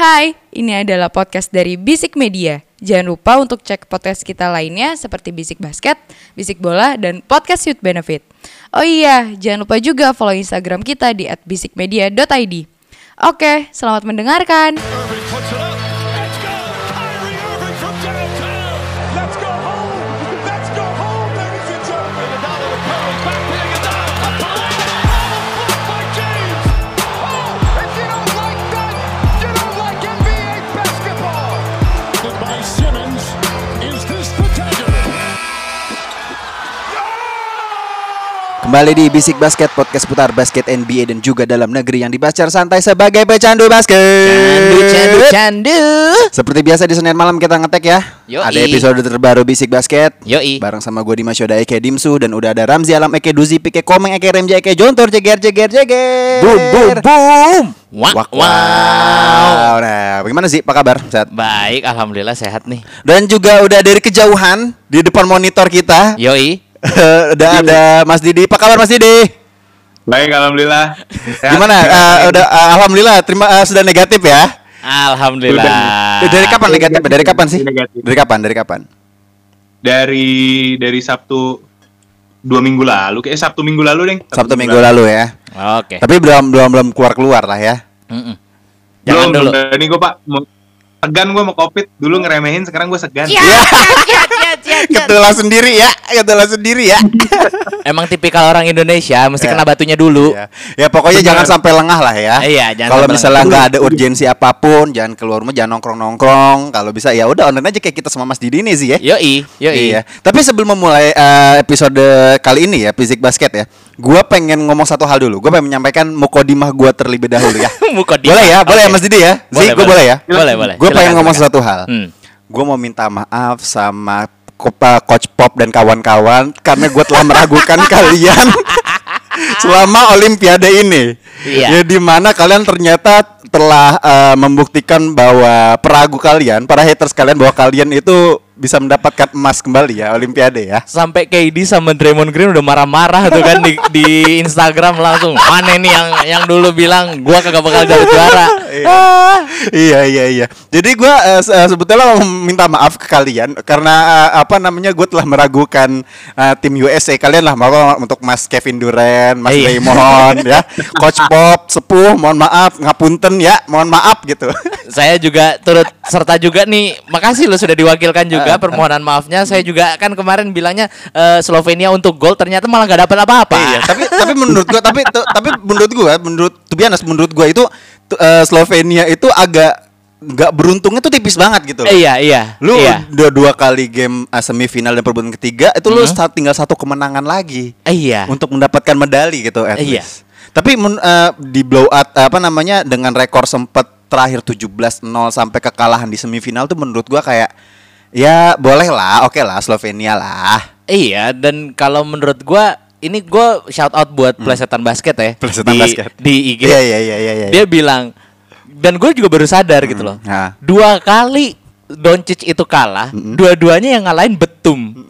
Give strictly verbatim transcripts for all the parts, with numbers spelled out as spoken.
Hai, ini adalah podcast dari Bisik Media. Jangan lupa untuk cek podcast kita lainnya seperti Bisik Basket, Bisik Bola, dan Podcast Youth Benefit. Oh iya, jangan lupa juga follow Instagram kita di at bisikmedia dot i d. Oke, selamat mendengarkan. Kembali di Bisik Basket, podcast putar basket N B A dan juga dalam negeri yang dibahas secara santai sebagai pecandu basket. Candu, candu, candu. Seperti biasa di Senin malam kita ngetek ya. Yoi. Ada episode terbaru Bisik Basket. Yoi. Bareng sama gue Dimas Yoda Eke Dimsu. Dan udah ada Ramzi Alam Eke Duzi Pike Komeng Eke Remja Eke Jontor Jeger Jeger Jeger. Boom, boom, boom. Wak, Wak, wow. wow. Nah, bagaimana sih? Apa kabar? Sehat? Baik, alhamdulillah sehat nih. Dan juga udah dari kejauhan di depan monitor kita. Yoi. Udah ada Mas Didi. Apa kabar Mas Didi? Baik, alhamdulillah. Sehat. Gimana? Uh, udah uh, alhamdulillah terima uh, sudah negatif ya. Alhamdulillah. Udah. Dari kapan negatif? Dari kapan sih? Negatif. Dari kapan? Dari kapan? Dari dari Sabtu dua minggu lalu. Kayak Sabtu minggu lalu, Deng. Sabtu minggu lalu ya. Oke. Tapi belum belum belum keluar-keluar lah ya. Mm-mm. Jangan Belum, dulu. belum. Ini gue Pak mau- segan gue mau covid. Dulu ngeremehin, sekarang gue segan. Ya, Iya. ya, ya, ya, ya. Ketelah sendiri ya, ketelah sendiri ya. Emang tipikal orang Indonesia mesti Ya. kena batunya dulu. Ya, ya pokoknya Benar. jangan sampai lengah lah ya. Iya, jangan Kalau sampai misalnya lengah. nggak ada urgensi apapun, jangan keluar rumah, jangan nongkrong-nongkrong. Kalau bisa ya udah online aja kayak kita sama Mas Didi nih sih ya. Yoi, yoi. Iya. Tapi sebelum memulai uh, episode kali ini ya, Bisik Basket ya, gua pengen ngomong satu hal dulu. Gua pengen menyampaikan mukodimah gua terlebih dahulu ya. Mukodimah. Boleh ya, boleh ya Oke. Mas Didi ya. Boleh, Sih, gua boleh ya. Boleh, boleh. Gue pengen Silakan, ngomong silakan. satu hal. Hmm. Gue mau minta maaf sama Ko- uh, Coach Pop dan kawan-kawan karena gue telah meragukan kalian selama Olimpiade ini. Iya. Ya di mana kalian ternyata telah uh, membuktikan bahwa peragu kalian, para haters kalian bahwa kalian itu bisa mendapatkan emas kembali ya Olimpiade ya. Sampai K D sama Draymond Green udah marah-marah tuh kan di, di Instagram langsung. Mana nih yang yang dulu bilang gua kagak bakal jadi juara. Ah. Iya iya iya. Jadi gue uh, se- uh, sebetulnya mau minta maaf ke kalian karena uh, apa namanya gue telah meragukan uh, tim U S A kalian lah mau untuk Mas Kevin Durant, Mas Iya. Raymond ya, Coach Pop sepuh, mohon maaf ngapunten ya, mohon maaf gitu. Saya juga turut serta juga nih. Makasih lo sudah diwakilkan juga permohonan maafnya. Saya juga kan kemarin bilangnya eh, Slovenia untuk gol, ternyata malah nggak dapat apa-apa. Iya, tapi tapi menurut gue tapi tu- tapi menurut gue menurut to be honest, menurut gue itu tu- uh, Slovenia itu agak nggak beruntungnya tuh tipis banget gitu loh. Eh, iya iya. Lu iya. udah dua kali game uh, semifinal dan perebutan ketiga itu lu Mhm. start tinggal satu kemenangan lagi Eh, iya. untuk mendapatkan medali gitu at Iya. least. Tapi men- uh, di blow out uh, apa namanya dengan rekor sempet terakhir tujuh belas nol sampai kekalahan di semifinal tuh menurut gua kayak ya boleh lah, oke lah Slovenia lah. Iya, dan kalau menurut gua ini gua shout out buat Plesetan Basket ya. Plesetan di, Basket. di I G. Iya iya iya iya iya. Dia bilang, dan gue juga baru sadar gitu loh. Nah. Dua kali Doncic itu kalah, Mm-mm. dua-duanya yang ngalahin Betum.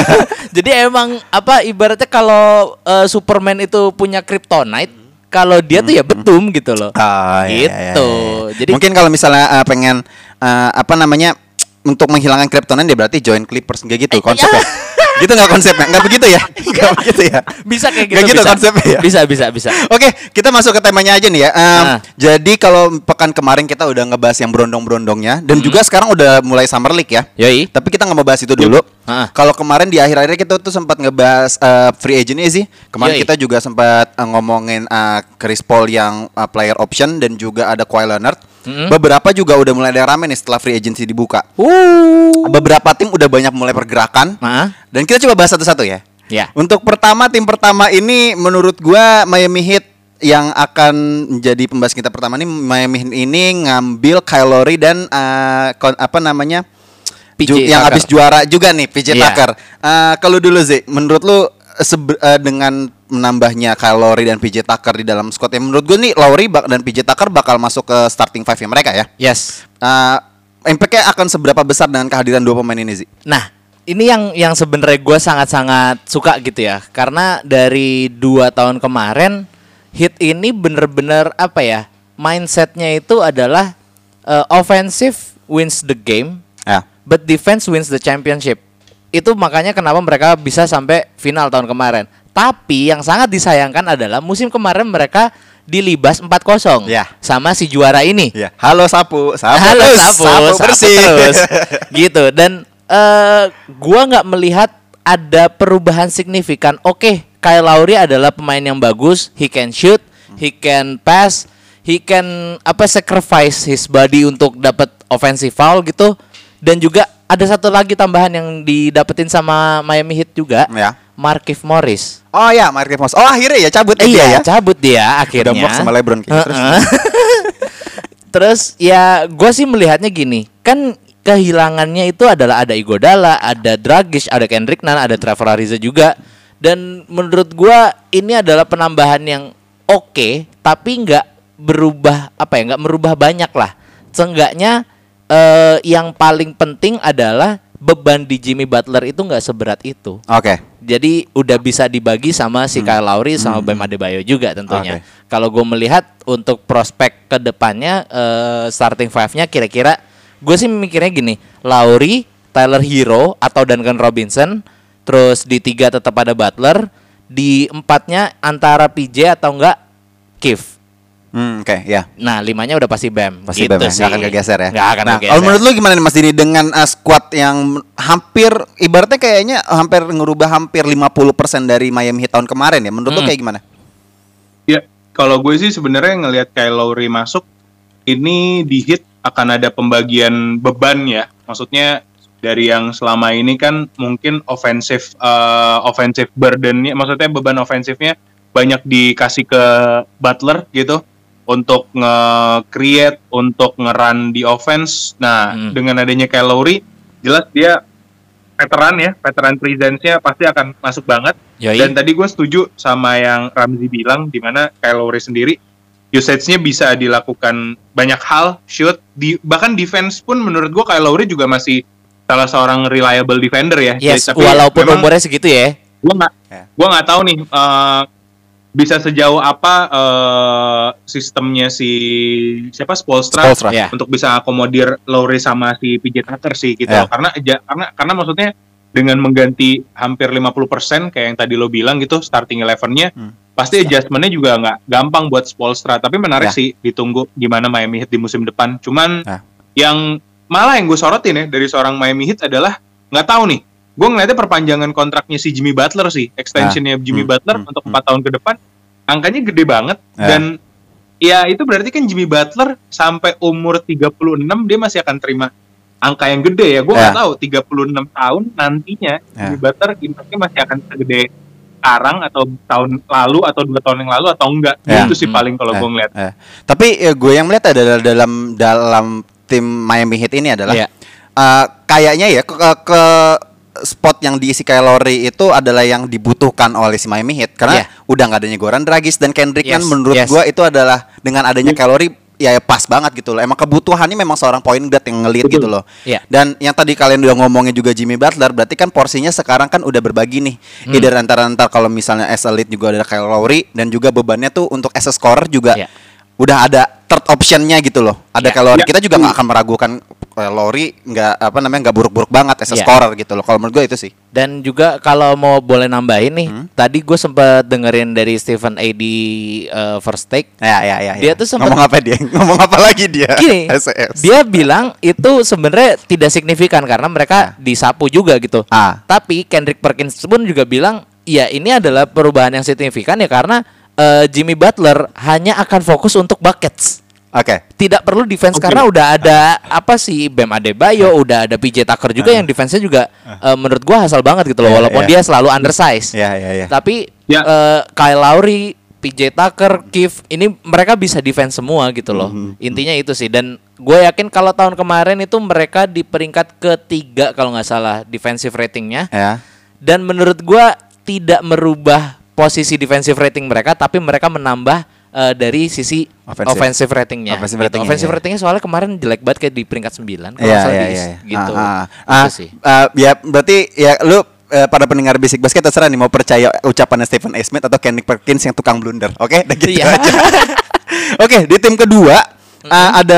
Jadi emang apa ibaratnya kalau eh, Superman itu punya kryptonite, kalau dia tuh ya Betum gitu loh. Oh, iya, Gitu. iya, iya, iya. Jadi- mungkin kalau misalnya uh, pengen uh, apa namanya untuk menghilangkan kryptonite dia berarti join Clippers enggak gitu konsepnya. Gitu nggak konsepnya? Nggak begitu ya? Nggak begitu ya? Bisa kayak gitu, Nggak gitu bisa. konsepnya ya? Bisa, bisa, bisa. Oke, kita masuk ke temanya aja nih ya. Em, Nah. Jadi kalau pekan kemarin kita udah ngebahas yang berondong-berondongnya dan juga sekarang udah mulai Summer League ya. Yoi. Tapi kita nggak mau bahas itu dulu. Ah. Kalau kemarin di akhir-akhirnya kita tuh sempat ngebahas eh, free agent ini sih. Kemarin Yoi. kita juga sempat eh, ngomongin eh, Chris Paul yang eh, player option dan juga ada Kawhi Leonard. Mm-mm. Beberapa juga udah mulai ada rame nih setelah free agency dibuka. Uh. Beberapa tim udah banyak mulai pergerakan. Nah, Dan kita coba bahas satu-satu ya. ya. Untuk pertama, tim pertama ini menurut gua Miami Heat yang akan menjadi pembahasan kita pertama ini. Miami Heat ini ngambil Kyle Lowry dan uh, kon- apa namanya P J ju- yang Tucker. habis juara juga nih P J Iya. Tucker. Uh, kalau dulu Zee, menurut lu sebe- uh, dengan menambahnya Kyle Lowry dan P J Tucker di dalam squad ya, menurut gua nih Lowry bak- dan P J Tucker bakal masuk ke starting five nya mereka ya. Yes. Uh, impact-nya akan seberapa besar dengan kehadiran dua pemain ini Zee? Nah, ini yang yang sebenarnya gue sangat-sangat suka gitu ya, karena dari dua tahun kemarin Heat ini bener-bener apa ya, mindsetnya itu adalah uh, offensive wins the game, Ya. but defense wins the championship. Itu makanya kenapa mereka bisa sampai final tahun kemarin. Tapi yang sangat disayangkan adalah musim kemarin mereka dilibas empat kosong Ya. sama si juara ini. Ya. Halo Sapu, Sapu, Halo terus, sapu, Sapu sapu bersih. terus. Gitu. Dan uh, gua nggak melihat ada perubahan signifikan. Oke, Kyle Lowry adalah pemain yang bagus. He can shoot, he can pass, he can apa sacrifice his body untuk dapat offensive foul gitu. Dan juga ada satu lagi tambahan yang didapetin sama Miami Heat juga. Ya. Markieff Morris. Oh ya, Markieff Morris. Oh akhirnya ya cabut Eh, dia iya, ya. cabut dia akhirnya. Udah muak sama LeBron kayaknya. Terus. Heeh. Terus ya gue sih melihatnya gini, kan kehilangannya itu adalah ada Iguodala, ada Dragic, ada Kendrick Nunn, ada Trevor Ariza juga. Dan menurut gue ini adalah penambahan yang oke, tapi nggak berubah apa ya, nggak merubah banyak lah. Seenggaknya eh, yang paling penting adalah beban di Jimmy Butler itu nggak seberat itu. Oke. Jadi udah bisa dibagi sama si Kyle Lowry sama Bam Adebayo juga tentunya. Oke. Kalau gue melihat untuk prospek ke depannya eh, starting five-nya kira-kira gue sih mikirnya gini, Lowry, Tyler Hero atau Duncan Robinson, terus di tiga tetap ada Butler, di empatnya antara P J atau enggak Keith. Hmm, oke, ya. Nah, limanya udah pasti Bam. Pasti gitu Bam ya, sih. nggak akan kegeser ya. Nggak akan Nah, kegeser. kalau menurut lu gimana nih Mas Dini dengan uh, squad yang hampir ibaratnya kayaknya hampir ngerubah hampir lima puluh persen dari Miami Heat tahun kemarin ya. Menurut lu Hmm. kayak gimana? Ya, kalau gue sih sebenarnya ngelihat Kyle Lowry masuk, ini di Heat akan ada pembagian beban ya. Maksudnya dari yang selama ini kan mungkin offensive uh, offensive burden-nya, maksudnya beban ofensifnya banyak dikasih ke Butler gitu untuk nge-create, untuk nge-run di offense. Nah, Hmm. dengan adanya Kyle Lowry, jelas dia veteran ya, veteran presence-nya pasti akan masuk banget. Yoi. Dan tadi gue setuju sama yang Ramzi bilang, di mana Kyle Lowry sendiri usage-nya bisa dilakukan banyak hal, shoot, di, bahkan defense pun menurut gue Kyle Lowry juga masih salah seorang reliable defender ya. Yes, Jadi, tapi walaupun memang umurnya segitu ya. gue nggak, Ya. gue nggak tahu nih eh, bisa sejauh apa eh, sistemnya si siapa Spoelstra, Spoelstra. Ya. untuk bisa akomodir Lowry sama si P J Tucker sih gitu. Ya. Karena ja- karena karena maksudnya dengan mengganti hampir lima puluh persen kayak yang tadi lo bilang gitu starting eleven-nya, Hmm. pasti adjustment-nya juga nggak gampang buat Spoelstra. Tapi menarik Ya. sih, ditunggu gimana Miami Heat di musim depan. Cuman Ya. yang malah yang gue sorotin ya dari seorang Miami Heat adalah nggak tahu nih. Gue ngeliatnya perpanjangan kontraknya si Jimmy Butler sih, extensionnya Jimmy Hmm, Butler hmm, untuk hmm. empat tahun ke depan, angkanya gede banget. Ya. Dan ya itu berarti kan Jimmy Butler sampai umur tiga puluh enam dia masih akan terima angka yang gede ya. Gue nggak Ya. tahu tiga puluh enam tahun nantinya Ya. Jimmy Butler impactnya masih akan segede sekarang atau tahun lalu atau dua tahun yang lalu atau enggak. Ya. Itu sih Hmm. paling kalau Eh, gue ngeliat. eh. Tapi ya, gue yang melihat adalah dalam dalam tim Miami Heat ini adalah Iya. uh, kayaknya ya ke, ke- ke spot yang diisi Kyle Lowry itu adalah yang dibutuhkan oleh si Miami Heat karena Iya. udah nggak adanya Goran Dragic dan Kendrick Nunn. Yes, Menurut yes. gue itu adalah dengan adanya Kyle Lowry ya pas banget gitu loh. Emang kebutuhannya memang seorang point guard yang nge-lead Betul. gitu loh. Iya. Dan yang tadi kalian udah ngomongin juga Jimmy Butler, berarti kan porsinya sekarang kan udah berbagi nih. Hmm. Either antara antar kalau misalnya as a lead juga ada Kyle Lowry dan juga bebannya tuh untuk as a scorer juga Iya. udah ada third optionnya gitu loh. Ada Iya. Kyle Lowry. Iya. Kita juga nggak akan meragukan Kyle Lowry nggak apa namanya nggak buruk-buruk banget as a Iya. scorer gitu loh. Kalau menurut gue itu sih. Dan juga kalau mau boleh nambahin nih, Hmm. tadi gue sempat dengerin dari Stephen A di uh, First Take. Ya ya ya. Dia ya. tuh sempet- ngomong apa dia? Ngomong apa lagi dia? Gini, S S. dia bilang itu sebenarnya tidak signifikan karena mereka disapu juga gitu. Ah. Tapi Kendrick Perkins pun juga bilang, ya ini adalah perubahan yang signifikan ya karena uh, Jimmy Butler hanya akan fokus untuk buckets. Oke. Tidak perlu defense Oke. karena udah ada apa sih Bam Adebayo, udah ada P J Tucker juga yang defense-nya juga uh, menurut gua hasil banget gitu loh, Ya, walaupun ya. dia selalu undersize. Ya ya ya. Tapi Ya. uh, Kyle Lowry, P J Tucker, Keith, ini mereka bisa defense semua gitu loh. Mhm. Intinya itu sih. Dan gue yakin kalau tahun kemarin itu mereka di peringkat ketiga kalau nggak salah defensive ratingnya. Ya. Dan menurut gue tidak merubah posisi defensive rating mereka, tapi mereka menambah uh, dari sisi Offensive. offensive ratingnya. Offensive Gitu. ratingnya, Offensive iya. ratingnya soalnya kemarin jelek banget kayak di peringkat sembilan kalau Iya nggak salah iya di iya. East, gitu. Ah, ah. Itu Ah, sih. ah, ya berarti ya lu eh, para pendengar Basic Basket terserah nih mau percaya ucapannya Stephen A. Smith atau Kendrick Perkins yang tukang blunder. Oke, udah gitu Iya. aja. Oke, di tim kedua ah, ada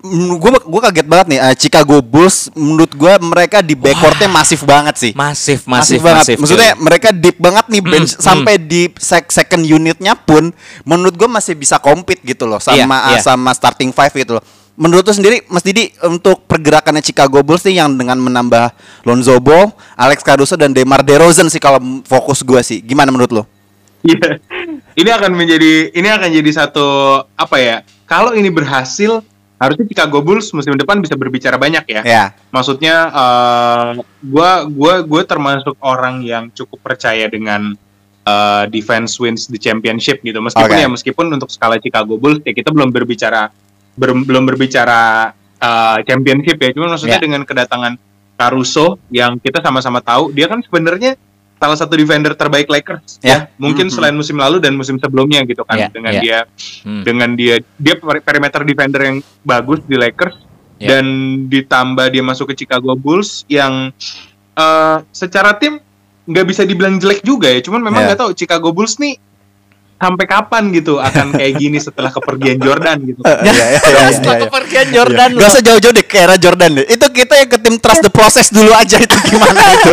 gue gue kaget banget nih uh, Chicago Bulls menurut gue mereka di backcourtnya masif banget sih. Masif, masif, masif. banget. masif Maksudnya cuy. mereka deep banget nih bench Mm, sampai di sec- second unitnya pun menurut gue masih bisa compete gitu loh sama Iya, uh, iya. sama starting five gitu loh. Menurut lu sendiri Mas Didi untuk pergerakannya Chicago Bulls nih yang dengan menambah Lonzo Ball, Alex Caruso dan DeMar DeRozan sih kalau fokus gue sih. Gimana menurut lo? Iya. Ini akan menjadi ini akan jadi satu apa ya? Kalau ini berhasil, harusnya Chicago Bulls musim depan bisa berbicara banyak ya. Ya. Maksudnya uh, gua gua gua termasuk orang yang cukup percaya dengan uh, defense wins the championship gitu. Meskipun Okay. ya meskipun untuk skala Chicago Bulls ya kita belum berbicara ber- belum berbicara uh, championship ya. Cuma maksudnya Ya. dengan kedatangan Caruso yang kita sama-sama tahu dia kan sebenarnya salah satu defender terbaik Lakers Ya. ya. Mungkin Mhm. selain musim lalu dan musim sebelumnya gitu kan Ya, dengan ya. dia Hmm. dengan dia dia per- perimeter defender yang bagus di Lakers Ya. dan ditambah dia masuk ke Chicago Bulls yang eh, secara tim nggak bisa dibilang jelek juga ya, cuman memang Ya. nggak tahu Chicago Bulls nih sampai kapan gitu akan kayak gini setelah kepergian Jordan gitu. Iya, iya, iya, Setelah iya. kepergian Jordan Gak usah jauh-jauh deh ke era Jordan deh. Itu kita yang ke tim trust the process dulu aja itu gimana itu.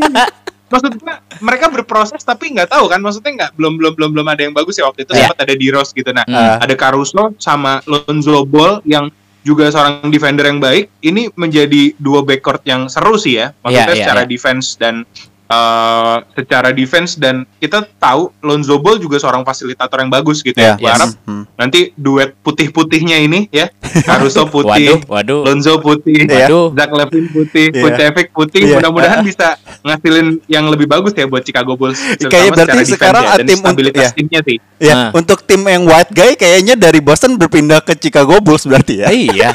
Maksudnya mereka berproses tapi nggak tahu kan, maksudnya nggak belum belum belum belum ada yang bagus ya waktu itu. Iya. Sempat ada D-Rose gitu. Nah, Hmm. ada Caruso sama Lonzo Ball yang juga seorang defender yang baik. Ini menjadi dua backcourt yang seru sih ya. Maksudnya Iya, iya, secara iya. defense dan eh, secara defense dan kita tahu Lonzo Ball juga seorang fasilitator yang bagus gitu Iya, ya. Gua yes. harap Hmm. nanti duet putih-putihnya ini ya, Caruso Waduh, putih, waduh. Lonzo putih, Iya. Waduh. Zach LaVine putih, Iya. Vucevic putih, Iya. mudah-mudahan bisa ngasilin yang lebih bagus ya buat Chicago Bulls. terutama Kayaknya berarti secara defense sekarang ya, dan tim untuk- stabilitas ya. timnya sih. Ya, Nah. untuk tim yang white guy kayaknya dari Boston berpindah ke Chicago Bulls berarti ya. Iya.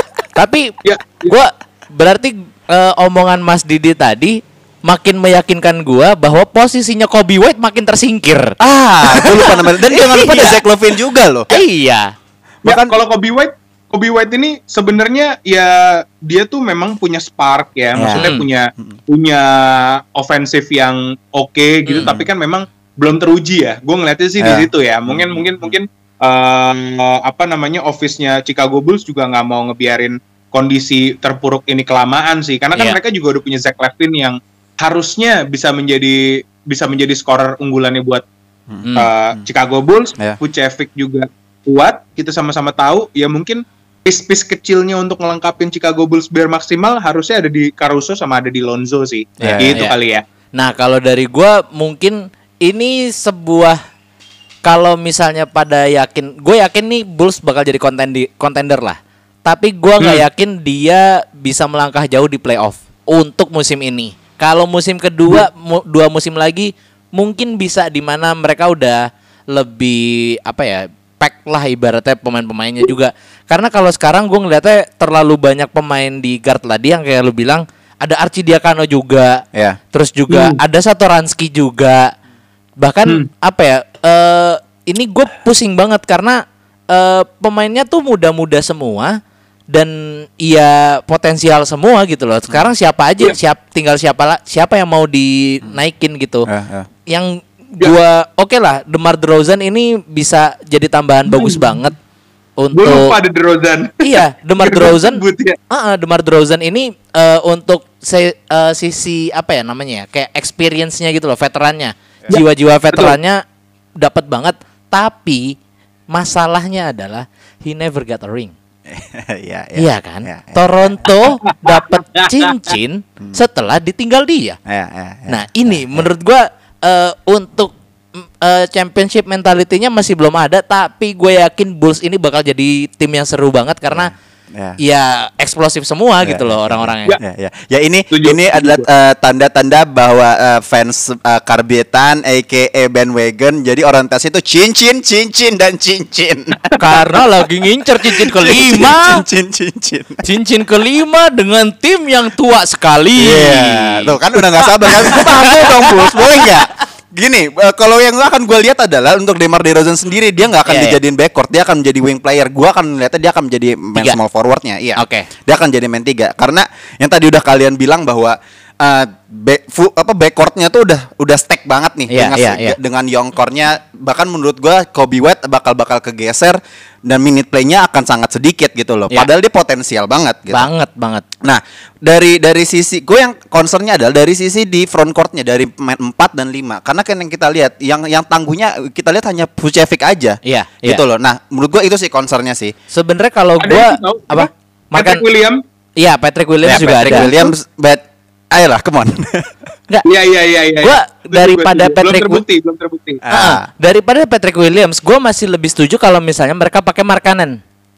Tapi Ya, gua berarti eh, omongan Mas Didi tadi makin meyakinkan gua bahwa posisinya Kobe White makin tersingkir. Ah, gue lupa namanya. Dan jangan lupa ada Iya. Zach LaVine juga loh. Iya. Ya, Bahkan- kalau Kobe White, Kobe White ini sebenarnya ya dia tuh memang punya spark ya, Ya. maksudnya Hmm. punya punya ofensif yang oke gitu, Hmm. tapi kan memang belum teruji ya. Gue ngeliatnya sih di Ya. situ ya. Mungkin mungkin mungkin eh, apa namanya office-nya Chicago Bulls juga nggak mau ngebiarin kondisi terpuruk ini kelamaan sih, karena kan Iya. mereka juga udah punya Zach LaVine yang harusnya bisa menjadi bisa menjadi scorer unggulannya buat Hmm. uh, Chicago Bulls. Ya. Vucevic juga kuat, kita sama-sama tahu ya, mungkin piece-piece kecilnya untuk ngelengkapin Chicago Bulls biar maksimal harusnya ada di Caruso sama ada di Lonzo sih. Ya, Gitu ya. kali ya. Nah, kalau dari gua mungkin ini sebuah, kalau misalnya pada yakin, gue yakin nih Bulls bakal jadi kontendi, contender lah. Tapi gua nggak Hmm. yakin dia bisa melangkah jauh di playoff untuk musim ini. Kalau musim kedua, mu- dua musim lagi mungkin bisa, di mana mereka udah lebih apa ya, pack lah ibaratnya pemain-pemainnya juga. Karena kalau sekarang gue ngeliatnya terlalu banyak pemain di guard tadi yang kayak lu bilang, ada Arcidiakono juga. Ya. Terus juga ada Satoransky juga. Bahkan Hmm. apa ya? eh ini gue pusing banget karena eh pemainnya tuh muda-muda semua dan iya potensial semua gitu loh. Sekarang siapa aja, siap tinggal siapa la- siapa yang mau dinaikin gitu. Ya, ya. Yang gua oke lah, DeMar DeRozan ini bisa jadi tambahan bagus banget Gue untuk lupa ada DeRozan. iya, DeMar DeRozan. Sebut ya. Ah, DeMar DeRozan ini eh, untuk se- eh, sisi apa ya namanya ya, kayak experience-nya gitu loh, veterannya, jiwa-jiwa veterannya dapat banget. Tapi masalahnya adalah he never got a ring. Ya, ya. Iya kan? Ya, ya. Toronto dapat cincin setelah ditinggal dia. Ya, ya, ya. Nah, ini menurut gua eh, untuk mm, eh, championship mentality-nya masih belum ada, tapi gue yakin Bulls ini bakal jadi tim yang seru banget karena Ya. ya eksplosif semua Ya, gitu ya, loh ya. orang-orangnya. Ya, ya. Ya ini Setuju, ini setuju. adalah eh, tanda-tanda bahwa eh, fans eh, karbetan aka bandwagon jadi orientasi itu cincin, cincin dan cincin. Karena lagi ngincer cincin kelima, cincin, cincin. cincin kelima dengan tim yang tua sekali. Iya, tuh kan udah nggak sabar kan? Tahu dong, Bos. Boleh nggak? Gini, eh, kalau yang akan gue lihat adalah untuk DeMar DeRozan sendiri dia nggak akan Iya, iya. dijadiin backcourt, dia akan menjadi wing player. Gua akan melihatnya dia akan menjadi main Tiga. small forwardnya, iya. Oke. Dia akan jadi main tiga karena yang tadi udah kalian bilang bahwa uh, back, full, apa backcourtnya tuh udah udah stack banget nih Iya, dengan iya, se- iya. dengan young core-nya. Bahkan menurut gua Kobe White bakal bakal kegeser dan minute play-nya akan sangat sedikit gitu loh. Iya. Padahal dia potensial banget gitu. Banget banget. Nah, dari dari sisi gue yang concernnya adalah dari sisi di front courtnya dari pemain empat dan lima. Karena kan yang kita lihat yang yang tangguhnya kita lihat hanya Vucevic aja. Iya, Gitu iya. loh. Nah, menurut gue itu sih concernnya sih. Sebenarnya kalau Ada gua yang tahu, apa? Patrick Makan William. Iya, Patrick Williams Ya, juga Patrick ada. Williams, but ayolah, come on. Enggak. Iya iya iya iya. Gua Setuju, daripada setuju. Patrick belum terbukti, belum terbukti. Ah. Ah, daripada Patrick Williams, gue masih lebih setuju kalau misalnya mereka pakai Markkanen,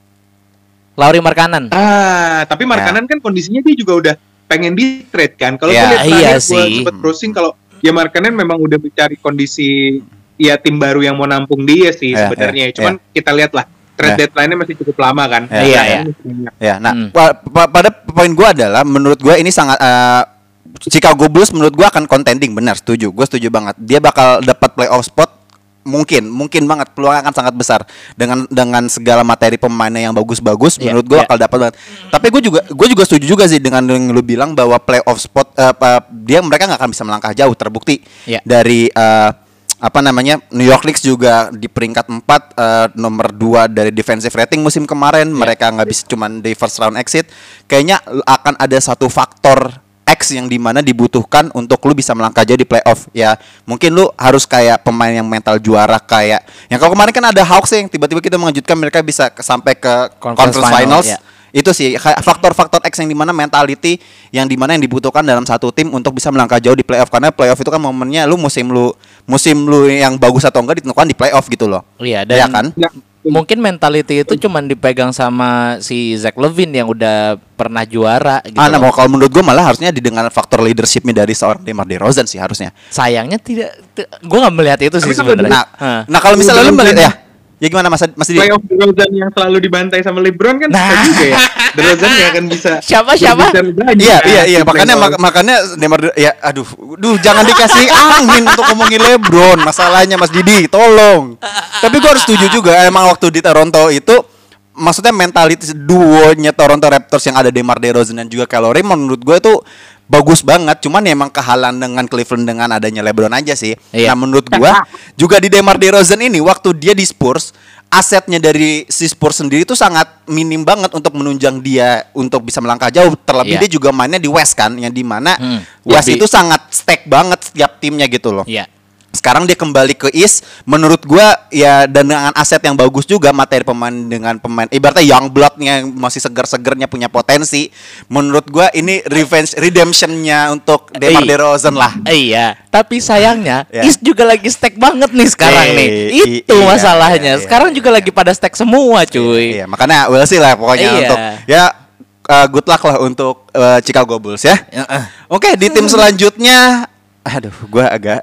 Lauri Markkanen. Ah, tapi Markkanen kan kondisinya dia juga udah pengen di trade kan. Kalau Ya, gue lihat iya terakhir gue sih. sempat browsing kalau ya Markkanen memang udah mencari kondisi ya tim baru yang mau nampung dia sih Ya, sebenarnya. ya, Cuman kita lihat lah trade Ya. deadline-nya masih cukup lama kan. Ya. Iya, Nah, iya. ini- Ya, nah Hmm. pa- pa- pada poin gue adalah menurut gue ini sangat eh, Chicago Bulls menurut gue akan contending, benar, setuju. Gue setuju banget. Dia bakal dapat playoff spot mungkin, mungkin banget, peluangnya akan sangat besar dengan dengan segala materi pemainnya yang bagus-bagus. Iya, Menurut gue iya. bakal dapat banget. Tapi gue juga gue juga setuju juga sih dengan yang lu bilang bahwa playoff spot eh, apa, dia mereka nggak akan bisa melangkah jauh, terbukti Iya. dari eh, apa namanya New York Knicks juga di peringkat empat eh, nomor dua dari defensive rating musim kemarin. Mereka nggak bisa cuman di first round exit. Kayaknya akan ada satu faktor X yang dimana dibutuhkan untuk lu bisa melangkah jauh di playoff. Ya mungkin lu harus kayak pemain yang mental juara, kayak yang kalau kemarin kan ada Hawks yang tiba-tiba kita mengejutkan mereka bisa ke- sampai ke Conference conference, final, finals. ya. Itu sih kayak faktor-faktor X yang dimana mentality yang dimana yang dibutuhkan dalam satu tim untuk bisa melangkah jauh di playoff. Karena playoff itu kan momennya lu musim lu musim lu yang bagus atau enggak ditentukan di playoff gitu loh. Iya, Ya dan kan? Ya, mungkin mentality itu cuman dipegang sama si Zach Levine yang udah pernah juara gitu. Ah, nah, loh. mau kalau menurut gue malah harusnya didengar faktor leadershipnya dari seorang DeMar DeRozan sih harusnya. Sayangnya tidak, t- gue nggak melihat itu sih Tapi kalau sebenarnya. Nah, Hah. nah kalau misalnya lu DeRozan- melihat ya, ya gimana Mas Mas Didi? playoff DeRozan yang selalu dibantai sama LeBron kan Nah. susah juga ya. DeRozan nggak akan bisa. Siapa, siapa? berbicara banyak Iya iya di iya makanya playoff. mak- makanya Neymar ya aduh duh jangan dikasih angin untuk ngomongin LeBron masalahnya Mas Didi tolong. Tapi gua harus setuju juga emang waktu di Toronto itu maksudnya mentalitas duonya Toronto Raptors yang ada DeMar DeRozan dan juga Kyle Lowry menurut gua itu bagus banget, cuman ya emang kehalan dengan Cleveland dengan adanya LeBron aja sih. Iya. Nah menurut gua juga di DeMar DeRozan ini waktu dia di Spurs asetnya dari si Spurs sendiri itu sangat minim banget untuk menunjang dia untuk bisa melangkah jauh. Terlebih Iya. dia juga mainnya di West kan, yang dimana Hmm, West lebih- itu sangat stack banget setiap timnya gitu loh. Iya. Sekarang dia kembali ke East, menurut gua ya dan dengan aset yang bagus juga materi pemain dengan pemain ibaratnya young blood-nya yang masih segar-segernya punya potensi. Menurut gua ini revenge redemption-nya untuk DeMar Eh, DeRozan lah. Iya, tapi sayangnya Ya. East juga lagi stack banget nih sekarang Eh, nih. i- Itu iya, masalahnya. iya, iya. Sekarang juga lagi pada stack semua, cuy. Iya, makanya we'll see lah pokoknya Iya. untuk ya uh, good luck lah untuk uh, Chicago Bulls ya. Heeh. Oke, di tim selanjutnya aduh, gua agak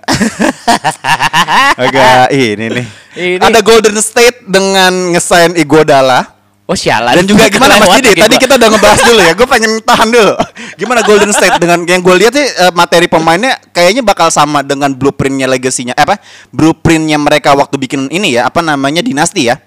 agak ini nih. Ini- Ada Golden State dengan ngesign Iguodala. Oh sialan. Dan juga gimana Mas Kelewat Didi? lagi Tadi gua. kita udah ngebahas dulu ya. Gue pengen tahan dulu. Gimana Golden State dengan yang gue lihat sih eh, materi pemainnya kayaknya bakal sama dengan blueprintnya legasinya eh, apa? Blueprintnya mereka waktu bikin ini ya, apa namanya dinasti ya?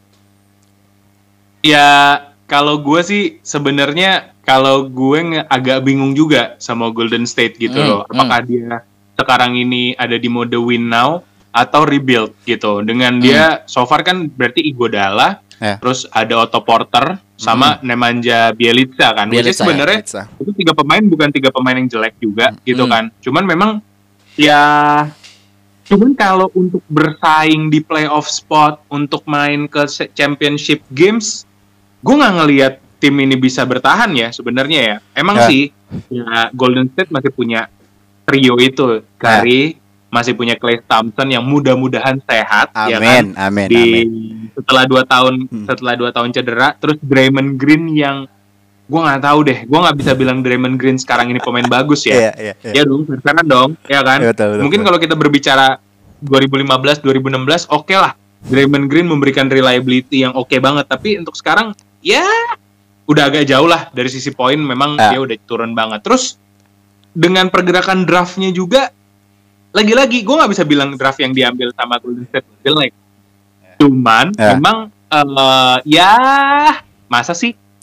Ya kalau gue sih sebenarnya kalau gue nge- agak bingung juga sama Golden State gitu Hmm, loh. Apakah dia sekarang ini ada di mode win now atau rebuild gitu. Dengan dia so far kan berarti Iguodala, Ya. terus ada Otto Porter sama Nemanja Bjelica kan. Which is Bjelica, sebenarnya Bjelica. itu tiga pemain bukan tiga pemain yang jelek juga gitu Hmm. kan. Cuman memang ya cuman kalau untuk bersaing di playoff spot untuk main ke se- championship games, gue nggak ngelihat tim ini bisa bertahan ya sebenarnya ya. Emang Ya. sih ya Golden State masih punya trio itu, Curry, masih punya Klay Thompson yang mudah-mudahan sehat ya kan. Amin, amin, Di amin. setelah dua tahun Hmm. setelah dua tahun cedera, terus Draymond Green yang gue nggak tahu deh, gue nggak bisa bilang Draymond Green sekarang ini pemain bagus ya. Iya, iya, iya. Ya dong, sekarang dong, ya kan. Iya, betul, betul, Mungkin betul. kalau kita berbicara dua ribu lima belas dua ribu enam belas, oke lah. Draymond Green memberikan reliability yang oke banget, tapi untuk sekarang ya udah agak jauh lah dari sisi poin, memang Ah. dia udah turun banget. Terus dengan pergerakan draftnya juga, lagi-lagi gue nggak bisa bilang draft yang diambil sama Golden State jelek. Cuman Ya. memang eh, ya masa sih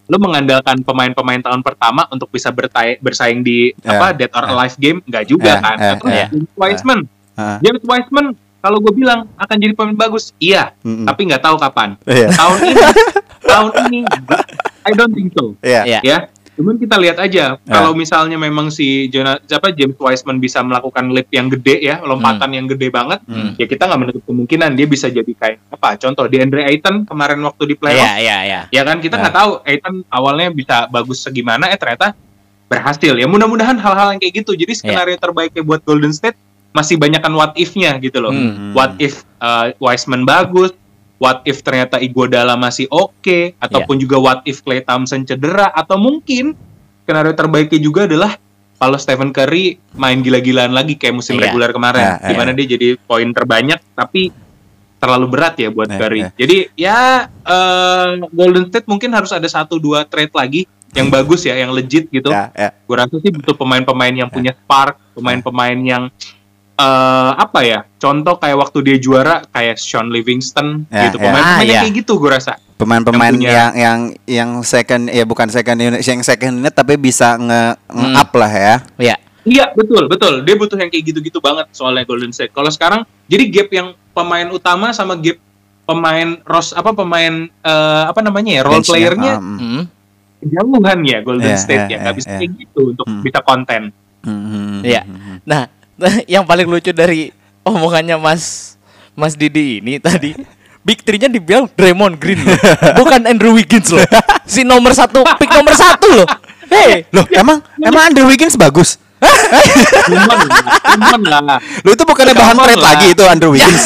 lu mengandalkan pemain-pemain tahun pertama untuk bisa bertai- bersaing di Yeah. apa Dead or Alive game nggak juga Yeah, kan. yeah, Terus yeah. James Wiseman, Ah. James Wiseman kalau gue bilang akan jadi pemain bagus, iya, Mm-mm. tapi nggak tahu kapan. Iya. Tahun ini, tahun ini, I don't think so. Iya. Iya. Ya, cuman kita lihat aja kalau misalnya memang si Jonah, siapa James Wiseman bisa melakukan leap yang gede ya, lompatan yang gede banget, Hmm. ya kita nggak menutup kemungkinan dia bisa jadi kayak apa? Contoh DeAndre Ayton kemarin waktu di playoff, Iya, iya, iya. ya kan kita Ya. nggak tahu Ayton awalnya bisa bagus segimana, eh ternyata berhasil. Ya mudah-mudahan hal-hal yang kayak gitu. Jadi skenario terbaiknya buat Golden State masih banyakkan what if-nya gitu loh. Hmm. What if uh, Wiseman bagus, what if ternyata Iguodala masih oke, ataupun juga what if Klay Thompson cedera, atau mungkin skenario terbaiknya juga adalah kalau Stephen Curry main gila-gilaan lagi kayak musim Iya. reguler kemarin, Iya, iya. di mana dia jadi poin terbanyak tapi terlalu berat ya buat Iya, Curry. iya. Jadi ya uh, Golden State mungkin harus ada satu dua trade lagi yang bagus ya, yang legit gitu. Ya, ya. Gue rasa sih butuh pemain-pemain yang punya spark, pemain-pemain yang eh apa ya? Contoh kayak waktu dia juara kayak Sean Livingston Ya, gitu. ya. Pemain-pemain Ah, yang ya. kayak gitu gue rasa. Pemain-pemain Yang punya- yang yang yang second ya bukan second unit, yang second unit tapi bisa nge, Hmm. nge-up lah ya. Iya. Iya, betul, betul. Dia butuh yang kayak gitu-gitu banget soalnya Golden State. Kalau sekarang jadi gap yang pemain utama sama gap pemain ros apa pemain eh, apa namanya ya, role Bench-nya, playernya um, Hmm. kejauhan ya Golden Iya, State iya, ya. Nggak iya, bisa iya. kayak gitu untuk Hmm. bisa konten. hmm, Iya. hmm, Nah, yang paling lucu dari omongannya Mas Mas Didi ini tadi, Big Three-nya dibilang Draymond Green loh, bukan Andrew Wiggins loh. Si nomor satu, pick nomor satu loh. Hei, Loh, emang emang Andrew Wiggins bagus? Cuman, cuman lah. Lo itu bukannya bahan Come on trade lah. lagi itu Andrew Wiggins?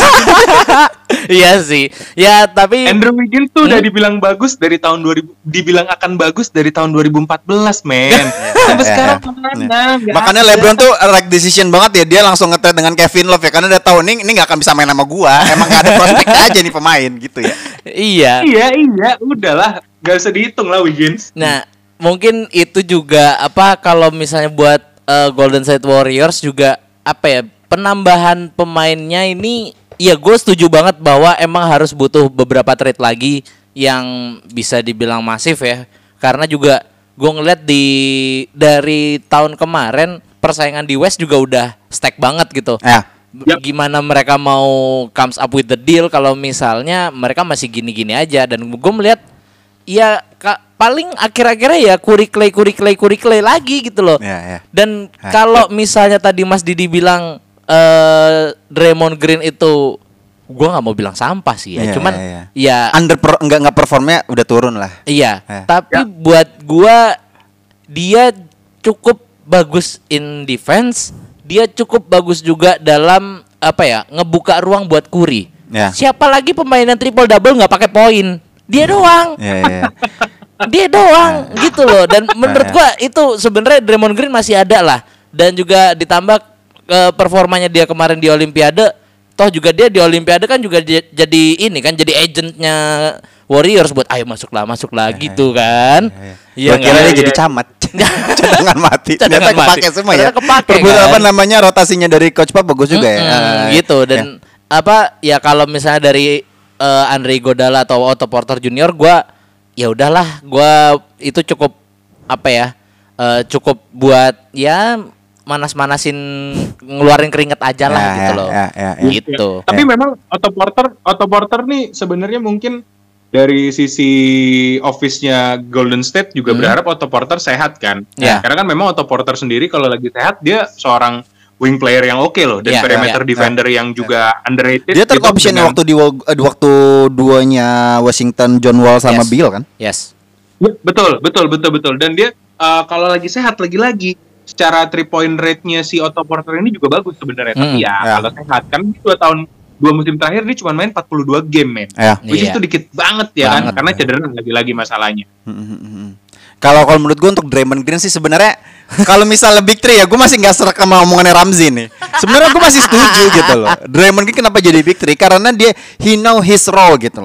iya sih. Ya tapi Andrew Wiggins tuh udah Hmm? dibilang bagus dari tahun dua ribu, dibilang akan bagus dari tahun dua ribu empat belas, men. Sampai Ya, sekarang ya. mana? Nggak Makanya ada. LeBron tuh right decision banget ya, dia langsung nge-trade dengan Kevin Love ya, karena udah tahu nih ini nggak akan bisa main sama gua. Emang nggak ada prospek aja nih pemain gitu ya. iya. Iya, iya, udahlah, gak usah dihitung lah Wiggins. Nah, mungkin itu juga apa kalau misalnya buat eh, Golden State Warriors juga apa ya, penambahan pemainnya ini ya gue setuju banget bahwa emang harus butuh beberapa trade lagi yang bisa dibilang masif ya. Karena juga gue ngeliat di dari tahun kemarin persaingan di West juga udah stack banget gitu. Ya. B- Yap. Gimana mereka mau comes up with the deal kalau misalnya mereka masih gini-gini aja. Dan gue melihat ya ka- paling akhir-akhirnya ya kuri clay kuri clay kuri clay lagi gitu loh. Ya, ya. Dan Hah. kalau misalnya tadi Mas Didi bilang eh Draymond Green itu, gua nggak mau bilang sampah sih ya, Iya, cuman iya, ya Under per, enggak enggak performnya udah turun lah. iya. Eh. Tapi buat gua dia cukup bagus in defense, dia cukup bagus juga dalam apa ya, ngebuka ruang buat Curry. Ya. Siapa lagi pemain yang triple double nggak pakai poin? Dia doang. Ya, ya, ya. Dia doang gitu loh. Dan menurut ya. gua itu sebenarnya Draymond Green masih ada lah. Dan juga ditambah eh, performanya dia kemarin di Olimpiade. Toh juga dia di Olimpiade kan juga j- jadi ini kan, jadi agentnya Warriors buat ayo masuklah masuklah gitu kan. Gua kira nggak? dia iya. jadi camat. Cadangan mati. Cadangan Ternyata kepake mati. semua ya. Ternyata kepake, Perbedaan kan? apa namanya rotasinya dari coach Pop bagus juga ya. Mm-mm, Eh, gitu. Dan apa ya, kalau misalnya dari eh, Andre Iguodala atau Otto Porter Junior, gua ya udahlah, gua itu cukup apa ya, eh, cukup buat ya manas-manasin, ngeluarin keringet aja lah Ya, gitu ya, loh. ya, ya, ya. Gitu. Tapi memang Otto Porter, Otto Porter nih sebenarnya mungkin dari sisi office-nya Golden State juga Hmm. berharap Otto Porter sehat kan. Ya. Karena kan memang Otto Porter sendiri kalau lagi sehat dia seorang wing player yang oke loh, dan Ya, perimeter ya, defender yang juga underrated. Dia third gitu option dengan- waktu di wa- eh, waktu duanya Washington, John Wall sama Yes. Bill kan. Yes. Ya, betul, betul, betul, betul. Dan dia uh, kalau lagi sehat lagi-lagi secara three point rate-nya si Otto Porter ini juga bagus sebenarnya. Tapi Hmm, ya, ya. kalau sehat kan dua tahun dua musim terakhir dia cuma main empat puluh dua game, men. Ya. Which is Iya. itu dikit banget ya Banget. kan, karena cedera lagi-lagi masalahnya. Kalau kalau menurut gue untuk Draymond Green sih sebenarnya kalau misalnya Big Three ya gue masih nggak serak sama omongannya Ramzi nih. Sebenarnya gue masih setuju gitu loh. Draymond Green kenapa jadi Big Three? Karena dia he know his role gitu loh.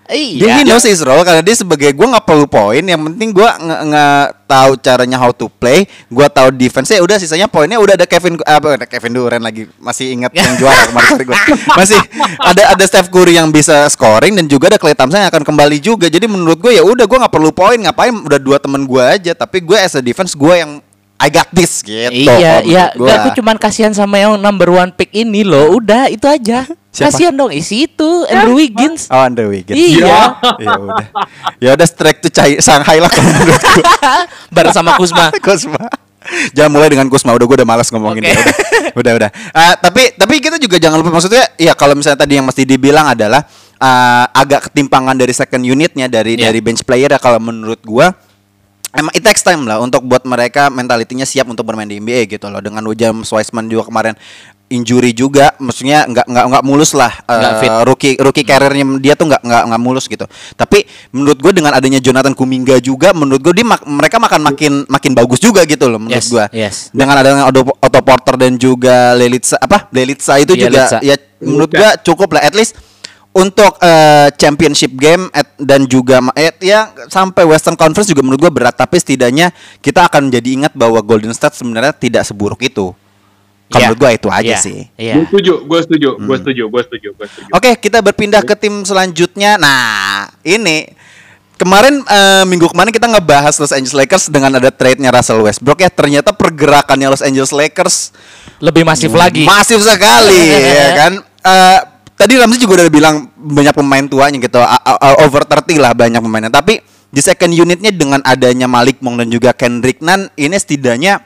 Dia Iya. he knows his role karena dia sebagai gue nggak perlu poin, yang penting gue nggak nggak tahu caranya how to play, gue tahu defense ya udah, sisanya poinnya udah ada Kevin apa ada Kevin Durant lagi, masih ingat yang juara kemarin, sorry gue masih ada ada Steph Curry yang bisa scoring dan juga ada Klay Thompson yang akan kembali juga. Jadi menurut gue ya udah, gue nggak perlu poin, ngapain, udah dua temen gue aja, tapi gue as a defense gue yang I got this gitu. Iya, kalau iya. menurut gua. Gak, aku cuman kasihan sama yang number one pick ini loh. Udah, itu aja. Siapa? Kasihan dong, isi itu Andrew Wiggins. Oh, Andrew Wiggins. Iya. Ya udah. Ya udah strike to Chai- Shanghai lah kalau menurut gue. Bareng sama Kuzma. Kusma. Jangan mulai dengan Kusma, udah gue udah malas ngomongin Oke. dia. Udah, udah, udah. Ah, tapi tapi kita juga jangan lupa, maksudnya ya kalau misalnya tadi yang mesti dibilang adalah ah, agak ketimpangan dari second unitnya dari Iya. dari bench player ya, kalau menurut gue emang it takes time lah untuk buat mereka mentalitinya siap untuk bermain di N B A gitu loh. Dengan James Wiseman juga kemarin injury juga, maksudnya nggak nggak nggak mulus lah, Nggak eh, fit. rookie rookie karirnya dia tuh nggak nggak nggak mulus gitu. Tapi menurut gue dengan adanya Jonathan Kuminga juga, menurut gue dia mak- mereka makan makin makin bagus juga gitu loh menurut Yes, gue. yes. Dengan adanya Otto, Otto Porter dan juga Lelitsa apa Lelitsa itu juga Bjelica. ya menurut gue cukup lah, at least untuk eh, championship game at, dan juga ma- eh, ya sampai Western Conference juga menurut gue berat, tapi setidaknya kita akan jadi ingat bahwa Golden State sebenarnya tidak seburuk itu. Kalau Iya. menurut gue itu aja Iya, sih. Iya. Gue setuju, gue setuju, gue setuju, gue setuju, gue setuju. Oke, kita berpindah ke tim selanjutnya. Nah, ini kemarin eh, minggu kemarin kita ngebahas Los Angeles Lakers dengan ada trade-nya Russell Westbrook ya. Ternyata pergerakannya Los Angeles Lakers Lebih masif lagi. masif sekali ya kan. Eh, tadi Ramzi juga udah bilang banyak pemain tuanya gitu, a- a- a- over tiga puluh lah banyak pemainnya. Tapi di second unitnya dengan adanya Malik Monk dan juga Kendrick Nunn, ini setidaknya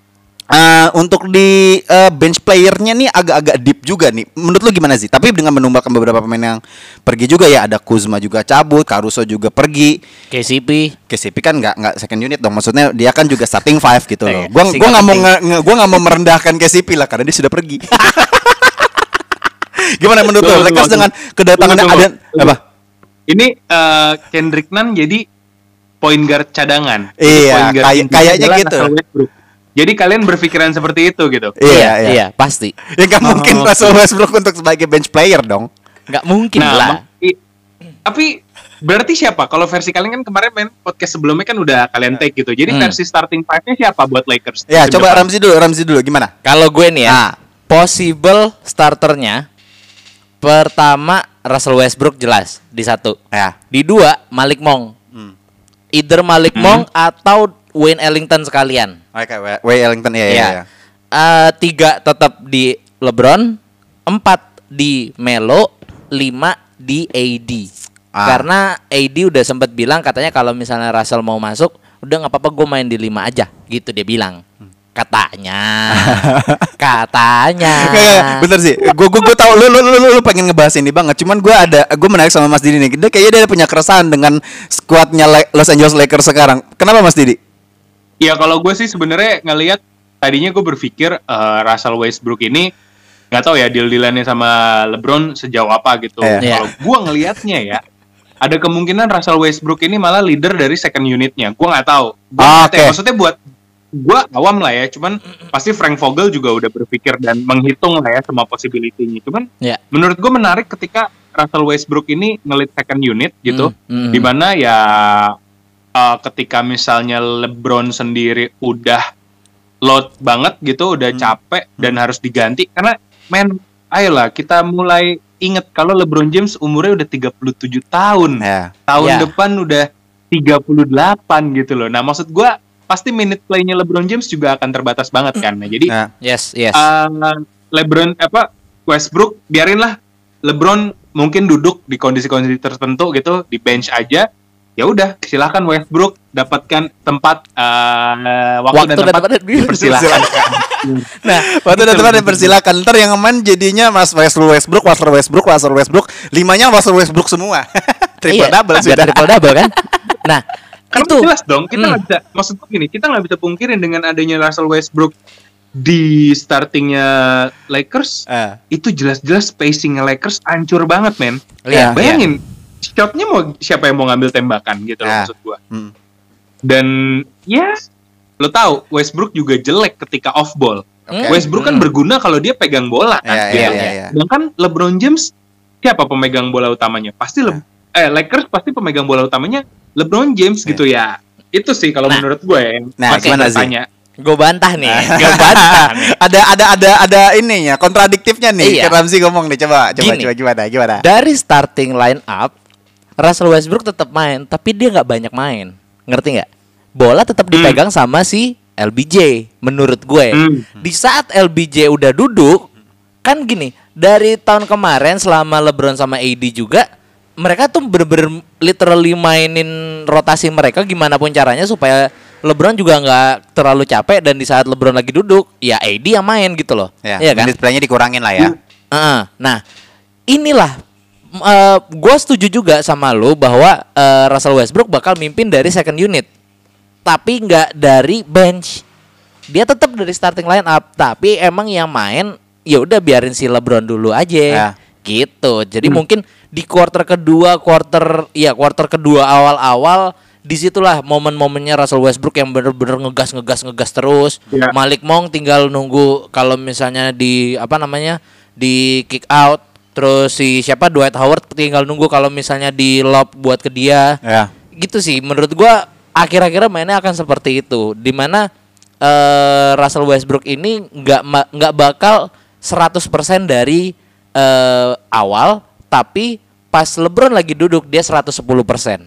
eh, untuk di eh, bench playernya nih agak-agak deep juga nih. Menurut lu gimana sih? Tapi dengan menumbalkan beberapa pemain yang pergi juga ya, ada Kuzma juga cabut, Caruso juga pergi. K C P. K C P kan nggak nggak second unit dong, maksudnya dia kan juga starting five gitu loh. Iya, Gua sih, gua nggak nggak mau penting. nge- nge- gua nggak mau merendahkan K C P lah karena dia sudah pergi. Gimana menurut Tunggu, lo Lakers tunggu, dengan kedatangannya tunggu, ada tunggu. apa? Ini eh, Kendrick Nunn jadi point guard cadangan. Iya, Point guard kayak- intinya kayaknya adalah gitu. Russell Westbrook. Jadi kalian berpikiran seperti itu gitu? Iya, iya. iya, pasti. Ya nggak mungkin Oh, Russell Westbrook untuk sebagai bench player dong. Nggak mungkin Nah, lah. mak- i- tapi berarti siapa? Kalau versi kalian kan kemarin main podcast sebelumnya kan udah kalian take gitu. Jadi Hmm. versi starting five-nya siapa buat Lakers? Ya, Musim coba depan? Ramzi dulu, Ramzi dulu gimana? Kalau gue nih ya, Ah. possible starternya pertama Russell Westbrook jelas di satu. Ya. Di dua Malik Monk. Hmm. Either Malik Monk atau Wayne Ellington sekalian. Oke, Way Ellington ya, ya, Ya. ya. Eh, tiga tetap di LeBron, empat di Melo, lima di A D. Ah. Karena A D udah sempat bilang katanya kalau misalnya Russell mau masuk, udah nggak apa-apa gue main di lima aja, gitu dia bilang. Katanya, katanya. Nggak, nggak, bener sih. Gue gue gue tahu lu lu lu lu lu pengen ngebahas ini banget. Cuman gue ada gue menarik sama Mas Didi nih. Dia kayaknya dia punya keresahan dengan skuadnya La- Los Angeles Lakers sekarang. Kenapa Mas Didi? Ya kalau gue sih sebenarnya ngelihat tadinya gue berpikir eh, Russell Westbrook ini nggak tahu ya deal-dealannya sama LeBron sejauh apa gitu. Iya. Kalau gue ngelihatnya ya ada kemungkinan Russell Westbrook ini malah leader dari second unitnya. Gue nggak tahu. Gua Ah, nggak tahu ya. oke. Maksudnya buat gue awam lah ya. Cuman pasti Frank Vogel juga udah berpikir dan menghitung lah ya semua possibility-nya. Cuman Ya. menurut gue menarik ketika Russell Westbrook ini ngelit second unit gitu. Hmm, hmm. Dimana ya uh, ketika misalnya LeBron sendiri udah load banget gitu, udah capek dan harus diganti karena men, ayolah kita mulai inget kalau LeBron James umurnya udah tiga puluh tujuh tahun. Ya. Tahun Ya. depan udah tiga puluh delapan gitu loh. Nah, maksud gua pasti minute play-nya LeBron James juga akan terbatas banget kan. Nah, jadi Ya. Yes, yes. uh, LeBron apa Westbrook biarinlah LeBron mungkin duduk di kondisi-kondisi tertentu gitu di bench aja. Ya udah, silakan Westbrook dapatkan tempat uh, waktu, Waktu dan dan tempat tempat dipersilakan. Nah, waktu dan tempat dipersilakan. Ntar yang main jadinya Mas Russell Westbrook, Russell Westbrook, Russell Westbrook, limanya Russell Westbrook semua. Triple Iya, double biar sudah. triple double kan. Nah, Karena itu jelas dong, kita Hmm. nggak bisa, maksud gue gini, kita nggak bisa pungkirin dengan adanya Russell Westbrook di startingnya Lakers, Eh. itu jelas-jelas spacingnya Lakers hancur banget, men. Iya, Bayangin, shotnya mau siapa yang mau ngambil tembakan gitu loh, Ah. maksud gua. Hmm. Dan ya, lo tahu Westbrook juga jelek ketika off ball. Oke. Westbrook kan Hmm. berguna kalau dia pegang bola kan. Iya, gitu. iya, iya, iya. Sedangkan LeBron James siapa pemegang bola utamanya? Pasti Le- eh Lakers pasti pemegang bola utamanya LeBron James yeah. gitu ya. Itu sih kalau Nah. menurut gue yang Nah, masih gimana sih? bertanya. Gue bantah nih, gue bantah nih. ada ada ada ada ininya, kontradiktifnya nih. Iya. Ramzi ngomong nih, coba coba Gini. coba gimana gimana. Dari starting line up, Russell Westbrook tetap main, tapi dia nggak banyak main. Ngerti nggak? Bola tetap dipegang sama si L B J. Menurut gue, Hmm. di saat L B J udah duduk, kan gini. Dari tahun kemarin selama LeBron sama A D juga, mereka tuh bener-bener literally mainin rotasi mereka gimana pun caranya supaya LeBron juga nggak terlalu capek, dan di saat LeBron lagi duduk, ya A D yang main gitu loh. Ya, Iya kan? menit playnya dikurangin lah ya. Uh, nah, inilah uh, gue setuju juga sama lo bahwa uh, Russell Westbrook bakal mimpin dari second unit, tapi nggak dari bench. Dia tetap dari starting line up, tapi emang yang main ya udah biarin si LeBron dulu aja. Ya. Gitu. Jadi Hmm. mungkin di quarter kedua, quarter ya quarter kedua awal-awal, disitulah momen-momennya Russell Westbrook yang bener-bener ngegas ngegas ngegas terus. Ya. Malik Monk tinggal nunggu kalau misalnya di apa namanya di kick out, terus si siapa Dwight Howard tinggal nunggu kalau misalnya di lob buat ke dia. Ya. Gitu sih menurut gua, akhir-akhirnya mainnya akan seperti itu, dimana uh, Russell Westbrook ini nggak ma- nggak bakal seratus persen dari uh, awal, tapi pas LeBron lagi duduk dia seratus sepuluh persen.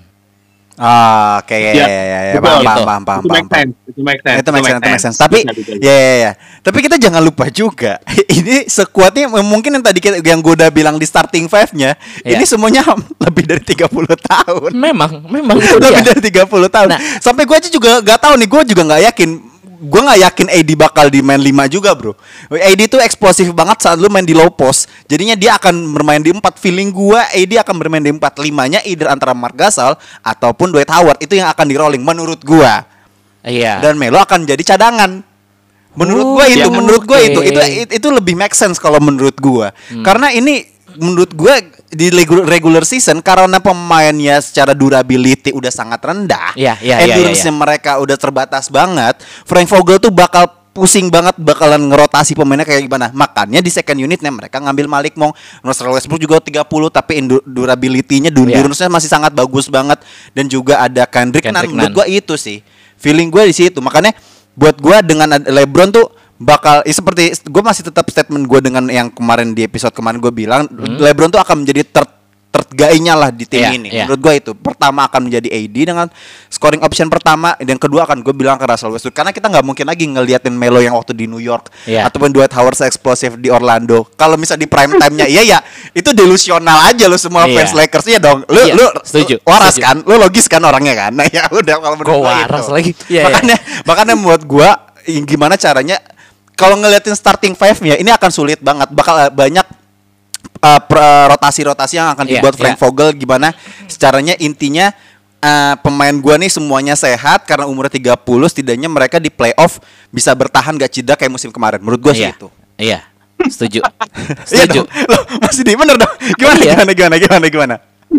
Ah, oke ya ya ya, ya. betul. Paham, Gitu. paham, paham, paham, Itu paham, make sense, itu make sense. Itu make sense, itu make sense. Tapi Bisa, bisa, bisa. ya ya ya. Tapi kita jangan lupa juga, ini sekuatnya mungkin yang tadi kita- yang gue udah bilang di starting five-nya, Ya. ini semuanya lebih dari tiga puluh tahun. Memang, memang itu Lebih dia. dari tiga puluh tahun. Nah. Sampai gue aja juga gak tahu nih, gue juga nggak yakin. Gue nggak yakin A D bakal di main lima juga, bro. A D tuh eksplosif banget saat lu main di low post. Jadinya dia akan bermain di empat. Feeling gue A D akan bermain di empat. Limanya either antara Marc Gasol ataupun Dwight Howard. Itu yang akan di rolling menurut gue. Iya. Dan Melo akan jadi cadangan. Menurut Oh, gue itu, ya. menurut gue itu, Oke. itu itu itu lebih make sense kalau menurut gue. Hmm. Karena ini menurut gue di regu- regular season karena pemainnya secara durability udah sangat rendah. Iya, iya, iya, Endurance-nya iya, iya. mereka udah terbatas banget. Frank Vogel tuh bakal pusing banget bakalan ngerotasi pemainnya kayak gimana. Makanya di second unitnya mereka ngambil Malik Monk. Russell Westbrook juga tiga puluh tapi endu- durability-nya, Iya. endurance-nya masih sangat bagus banget, dan juga ada Kendrick Nunn. Kendrick Menurut Nunn. gue itu sih. Feeling gue di situ. Makanya buat gue dengan ada LeBron tuh bakal eh, seperti gue masih tetap statement gue dengan yang kemarin di episode kemarin gue bilang LeBron tuh akan menjadi ter tergainya lah di tim Iya, ini. iya. Menurut gue itu pertama akan menjadi A D dengan scoring option pertama, dan kedua akan gue bilang ke Russell Westbrook, karena kita nggak mungkin lagi ngeliatin Melo yang waktu di New York Iya. ataupun Dwight Howard eksplosif di Orlando. Kalau misal di prime time-nya iya ya itu delusional aja lo semua Iya. fans Lakers. Iya dong. Lu Iya, lu setuju, waras setuju. kan? Lu logis kan orangnya kan? Nah ya udah kalau menurut Gua gua waras itu. lagi. Iya, makanya makanya buat gua i- gimana caranya kalau ngeliatin starting five-nya ini akan sulit banget. Bakal uh, banyak uh, per- uh, rotasi-rotasi yang akan Iya, dibuat Frank iya. Vogel gimana caranya. Intinya uh, pemain gua nih semuanya sehat karena umurnya tiga puluh, setidaknya mereka di playoff bisa bertahan gak cedera kayak musim kemarin. Menurut gua sih Iya. itu. Iya. Setuju. Iya Setuju. dong. Loh, masih di bener dong. Gimana Iya. gimana gimana gimana gimana?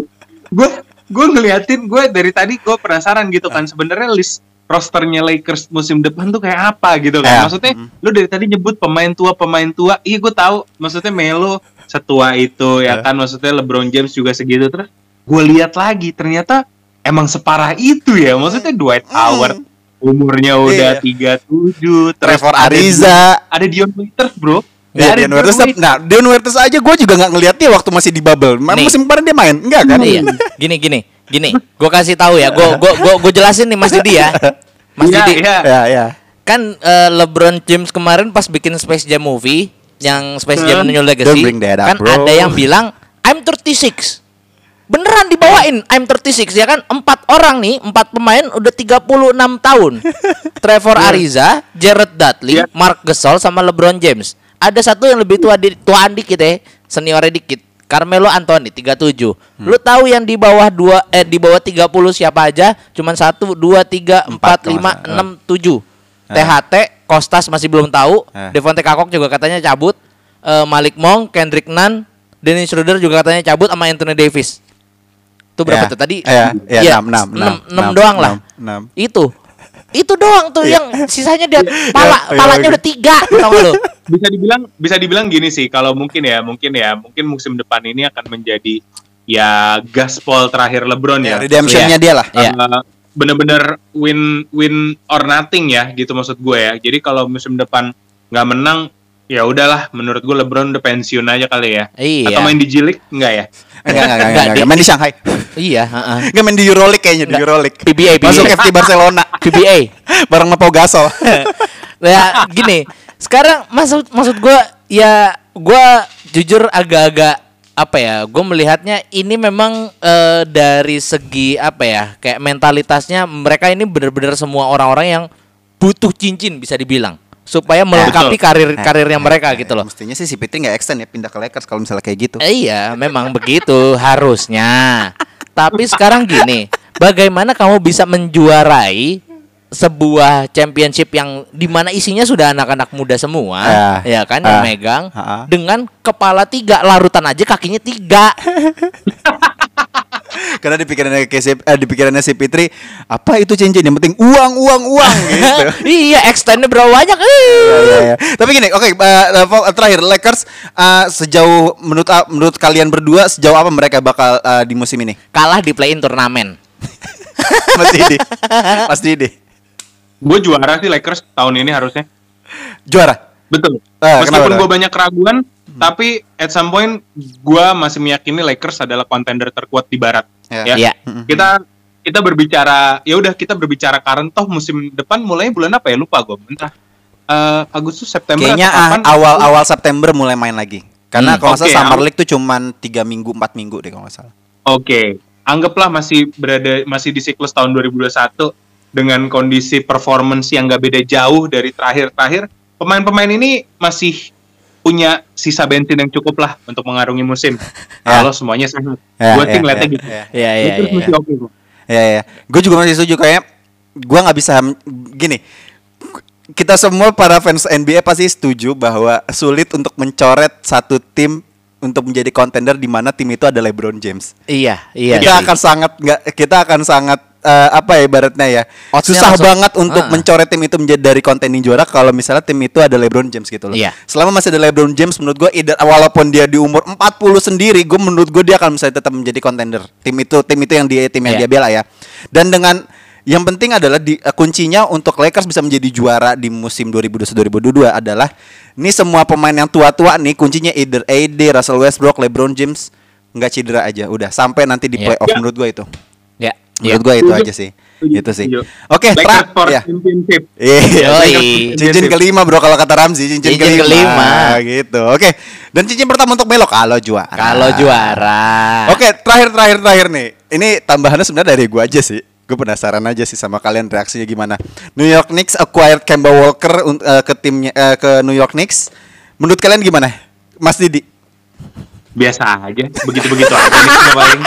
gue gue ngeliatin, gue dari tadi gue penasaran gitu kan, sebenarnya list rosternya Lakers musim depan tuh kayak apa gitu kan. Eh, Maksudnya mm. lu dari tadi nyebut pemain tua pemain tua, iya gue tahu maksudnya Melo setua itu ya Eh. kan, maksudnya LeBron James juga segitu. Terus gue lihat lagi ternyata emang separah itu ya, maksudnya Dwight Mm. Howard umurnya udah Iya. tiga puluh tujuh, terus Trevor ada Ariza. Dion- ada Dion Waiters bro. Ya, Ada Dion Waiters. Dion Waiters. Nah, Dion Waiters aja gue juga nggak ngeliat dia waktu masih di bubble. Ma- Nih. Musim kemarin dia main, enggak kan? Iya. Gini gini gini. Gue kasih tahu ya. Gue gue gue gue jelasin nih Mas Didi ya. Mas Iya, Didi. iya. Ya, ya. Kan eh, LeBron James kemarin pas bikin Space Jam movie yang Space Jam Hmm. New Don't Legacy, bring that up, kan bro. ada yang bilang I'm thirty-six. Beneran dibawain I'm thirty-six ya kan, empat orang nih, empat pemain udah tiga puluh enam tahun. Trevor Ariza, Jared Dudley, Iya. Marc Gasol sama LeBron James. Ada satu yang lebih tua di, tuaan dikit ya, seniornya dikit. Carmelo Anthony tiga puluh tujuh. Hmm. Lu tahu yang di bawah dua eh di bawah tiga puluh siapa aja? Cuman satu, dua, tiga, Empat, empat, lima, kalau nggak salah. enam, tujuh. Eh. T H T, Kostas masih belum tahu. Eh. Devonte Kakok juga katanya cabut. Eh, Malik Monk, Kendrick Nunn, Dennis Schroeder juga katanya cabut sama Anthony Davis. Itu berapa Ya. tuh tadi? Iya, iya, Iya, enam, enam, enam, enam, enam enam, doang lah. enam, enam. Itu. Itu doang tuh yang sisanya dia pala, Iya, iya, palanya oke. udah tiga, tau gak lu? Bisa dibilang bisa dibilang gini sih, kalau mungkin ya mungkin ya mungkin musim depan ini akan menjadi ya gaspol terakhir LeBron ya. Ya, redemption-nya dia lah. Iya. Uh, bener-bener win win or nothing ya gitu maksud gue ya. Jadi kalau musim depan nggak menang, ya udahlah. Menurut gue LeBron udah pensiun aja kali ya. Iya. Atau main di G League enggak ya? Enggak, enggak, enggak, Enggak, enggak, dia- main di Shanghai. Iya, heeh. Enggak main di Euroleague kayaknya, di Enggak. Euroleague. P B A, P B A. Masuk F C Barcelona. P B A. Bareng sama Pau Gasol. Ya gini, sekarang maksud maksud gue ya gue jujur agak-agak apa ya, gue melihatnya ini memang eh, dari segi apa ya, kayak mentalitasnya mereka ini benar-benar semua orang-orang yang butuh cincin bisa dibilang supaya melengkapi betul. karir karirnya mereka gitu loh. Mestinya sih si Fitri nggak extend ya pindah ke Lakers kalau misalnya kayak gitu. Eh, iya, memang begitu harusnya. Tapi sekarang gini, bagaimana kamu bisa menjuarai sebuah championship yang dimana isinya sudah anak-anak muda semua, Ya. ya kan, yang Ah. megang Ah. dengan kepala tiga, larutan aja kakinya tiga. Karena di pikirannya si, eh, di pikirannya si Fitri, apa itu cincin yang penting uang uang uang gitu. Iya, extendnya berapa banyak? Eh. Ya, ya, ya. Tapi gini, oke, eh, eh, terakhir Lakers eh, sejauh menurut ah, menurut kalian berdua sejauh apa mereka bakal eh, di musim ini? Kalah di play-in turnamen. Mas Didi, Mas Didi, Gue juara sih Lakers tahun ini harusnya. juara. Betul. Ah, Meskipun kenapa? gue banyak keraguan, tapi at some point gue masih meyakini Lakers adalah kontender terkuat di Barat. Ya. Ya. Iya. Kita kita berbicara, ya udah kita berbicara current, toh musim depan mulai bulan apa ya, lupa gue. Entah eh, Agustus, September Kayaknya atau kapan? ah, awal-awal September mulai main lagi. Karena Hmm, kalau nggak salah oke, Summer awal- League tuh cuman tiga minggu, empat minggu deh kalau nggak salah. Oke, anggaplah masih berada masih di siklus tahun dua ribu dua puluh satu dengan kondisi performance yang nggak beda jauh dari terakhir-terakhir. Pemain-pemain ini masih punya sisa bensin yang cukup lah untuk mengarungi musim. Kalau semuanya sehat. Ya, Gue sih ya, ngeliatnya ya, gitu. ya. Iya, iya, Lakers iya. masih oke kok. Ya ya, gue juga masih setuju kayak gue nggak bisa gini. Kita semua para fans N B A pasti setuju bahwa sulit untuk mencoret satu tim untuk menjadi kontender di mana tim itu ada LeBron James. Iya, iya. kita sih. akan sangat nggak, kita akan sangat eh, apa ya ibaratnya ya, Odds-nya susah langsung- banget untuk Ah. mencoret tim itu menjadi dari contending juara kalau misalnya tim itu ada LeBron James gitu loh. Iya. Selama masih ada LeBron James, menurut gue either- walaupun dia di umur empat puluh sendiri, gue menurut gue dia akan bisa tetap menjadi contender. Tim itu tim itu yang dia tim yang Iya. dia bela ya. Dan dengan yang penting adalah di, uh, kuncinya untuk Lakers bisa menjadi juara di musim dua ribu dua puluh satu dua ribu dua puluh dua adalah ini semua pemain yang tua-tua nih kuncinya either A D, Russell Westbrook, LeBron James nggak cedera aja udah sampai nanti di Iya. playoff. Ya. Menurut gue itu. Ya. Menurut gue itu Setuju. aja sih. Setuju, Itu sih. setuju. Oke, Lakers tra- for ya. championship. Iya, Yoi. cincin kelima bro kalau kata Ramzi, cincin, Cincin kelima. kelima. Gitu. Oke. Dan cincin pertama untuk Melo kalau juara. Kalau juara. Oke, terakhir terakhir terakhir nih. Ini tambahannya sebenarnya dari gua aja sih. Gue penasaran aja sih sama kalian reaksinya gimana. New York Knicks acquired Kemba Walker un- eh, ke timnya eh, ke New York Knicks. Menurut kalian gimana? Mas Didi. Biasa aja, begitu-begitu aja nih paling.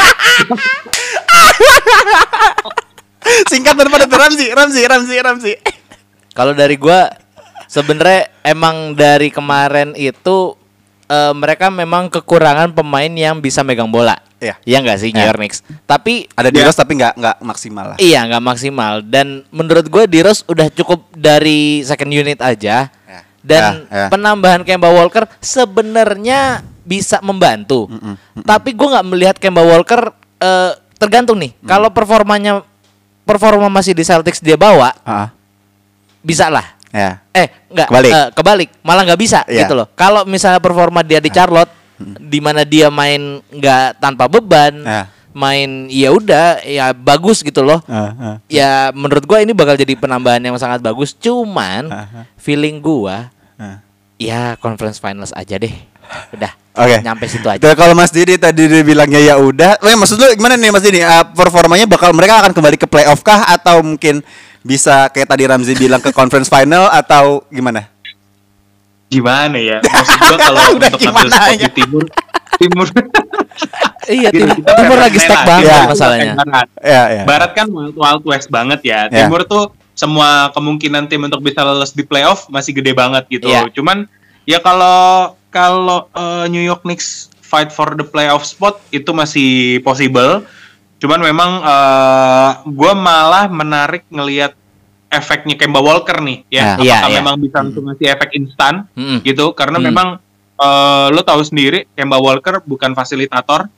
Singkat daripada tuh Ramzi, Ramzi, Ramzi, Ramzi. Kalau dari gua sebenarnya emang dari kemarin itu eh, mereka memang kekurangan pemain yang bisa megang bola. Iya. Iya enggak sih New Iya. York Knicks? Tapi Ada di Ya. Rose tapi nggak nggak maksimal lah. iya nggak maksimal dan menurut gue D-Rose udah cukup dari second unit aja. Ya. Dan Ya, ya. penambahan Kemba Walker sebenarnya bisa membantu. Mm-mm, mm-mm. Tapi gue nggak melihat Kemba Walker eh, tergantung nih. Mm. Kalau performanya performa masih di Celtics dia bawa, Ah, bisa lah. ya. Eh, enggak, Kebalik. eh, kebalik, malah nggak bisa Iya. gitu loh. Kalau misalnya performa dia di Charlotte, di mana dia main nggak tanpa beban, Ya. main ya udah, ya bagus gitu loh. Ah, ah. Ya menurut gua ini bakal jadi penambahan yang sangat bagus. Cuman Aha. feeling gua, Ah. ya conference finals aja deh. Udah, Oke. nyampe situ aja. Tuh, kalau Mas Didi tadi dia bilangnya ya udah. Eh, maksud lu gimana nih Mas Didi? Uh, performanya bakal mereka akan kembali ke playoff kah atau mungkin bisa kayak tadi Ramzi bilang ke conference final atau gimana? Gimana ya? Maksud gua kalau Udah untuk ngambil gimana spot aja? di timur, timur. Iya, Gitu, tim, kita timur kayak lagi main stack lah. banget Iya. masalahnya. Barat. Ya, ya. Barat kan wild, wild west banget ya. Ya. Timur tuh semua kemungkinan tim untuk bisa lolos di playoff masih gede banget gitu. Iya. Cuman ya kalau kalau eh, New York Knicks fight for the playoff spot itu masih possible. Cuman memang eh gue malah menarik ngelihat efeknya Kemba Walker nih Ya. ya. Iya, Apakah iya. memang bisa langsung ngasih efek instan Mm-mm. gitu? Karena Hmm. memang eh, lo tahu sendiri Kemba Walker bukan fasilitator.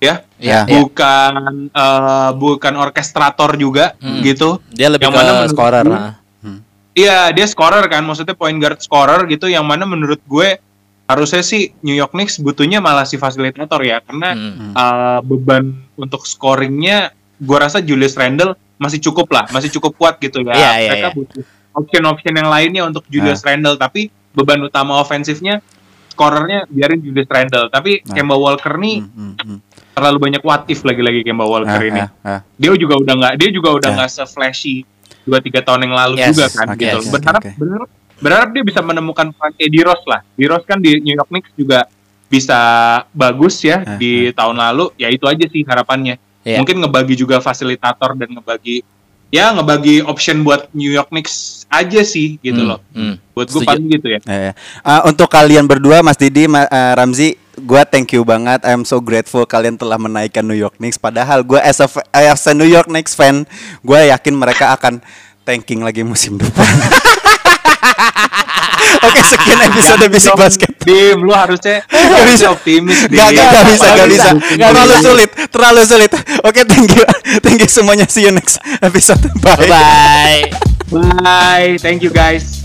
ya, Iya. bukan eh, bukan orkestrator juga Hmm. gitu. Dia lebih Yang ke mana menurut scorer. gue- Nah. Iya, dia scorer kan, maksudnya point guard scorer gitu, yang mana menurut gue harusnya sih New York Knicks butuhnya malah si fasilitator ya, karena Hmm. uh, beban untuk scoringnya, gue rasa Julius Randle masih cukup lah, masih cukup kuat gitu ya. Iya, iya, Mereka iya. butuh option-option yang lainnya untuk Julius Randle, tapi beban utama ofensifnya, scorernya biarin Julius Randle. Tapi Nah. Kemba Walker nih Hmm, hmm, hmm. terlalu banyak what if lagi-lagi Kemba Walker Ah, ini. ah, ah. Dia juga udah nggak, dia juga udah Ya. nggak se-flashy dua tiga tahun yang lalu Yes, juga kan oke, gitu. oke, berharap, oke. berharap berharap dia bisa menemukan peran kayak D-Rose lah. D-Rose kan di New York Knicks juga bisa bagus ya Ah, di tahun lalu. Ya itu aja sih harapannya. Iya. Mungkin ngebagi juga fasilitator dan ngebagi ya ngebagi option buat New York Knicks aja sih gitu Hmm, loh. hmm. Buat gue Setuju. paling gitu ya. Eh, ah, untuk kalian berdua, Mas Didi, Ma- eh, Ramzi, gue thank you banget. I'm so grateful kalian telah menaikkan New York Knicks. Padahal gue as a, fa- as a New York Knicks fan, gue yakin mereka akan tanking lagi musim depan. Oke, sekian episode Bisik Basket. Dim, lu harusnya Gak bisa optimis. Dim. Gak, gak, gak bisa, gak bisa. Gak Terlalu bisa. sulit, terlalu sulit. Oke, thank you, thank you semuanya. See you next episode. Bye. Bye. Bye. Thank you guys.